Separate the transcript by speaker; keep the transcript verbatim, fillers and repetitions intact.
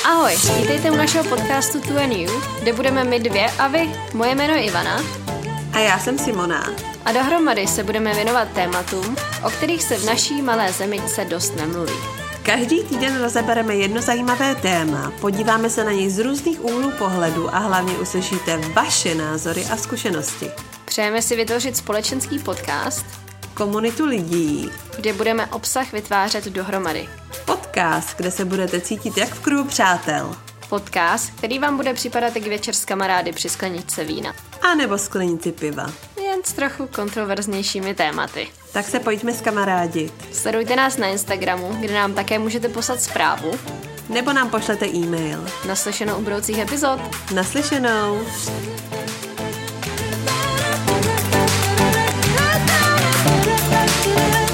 Speaker 1: Ahoj, vítejte u našeho podcastu Two and You, kde budeme my dvě a vy. Moje jméno je Ivana.
Speaker 2: A já jsem Simona.
Speaker 1: A dohromady se budeme věnovat tématům, o kterých se v naší malé zemičce dost nemluví.
Speaker 2: Každý týden rozebereme jedno zajímavé téma, podíváme se na něj z různých úhlů pohledu a hlavně uslyšíte vaše názory a zkušenosti.
Speaker 1: Přejeme si vytvořit společenský podcast,
Speaker 2: komunitu lidí,
Speaker 1: kde budeme obsah vytvářet dohromady.
Speaker 2: Podcast, kde se budete cítit jak v kruhu přátel.
Speaker 1: Podcast, který vám bude připadat jak večer s kamarády při skleničce vína.
Speaker 2: A nebo sklenici piva.
Speaker 1: Jen s trochu kontroverznějšími tématy.
Speaker 2: Tak se pojďme zkamarádit.
Speaker 1: Sledujte nás na Instagramu, kde nám také můžete poslat zprávu.
Speaker 2: Nebo nám pošlete e-mail.
Speaker 1: Naslyšenou u budoucích epizod.
Speaker 2: Naslyšenou.
Speaker 3: Yeah.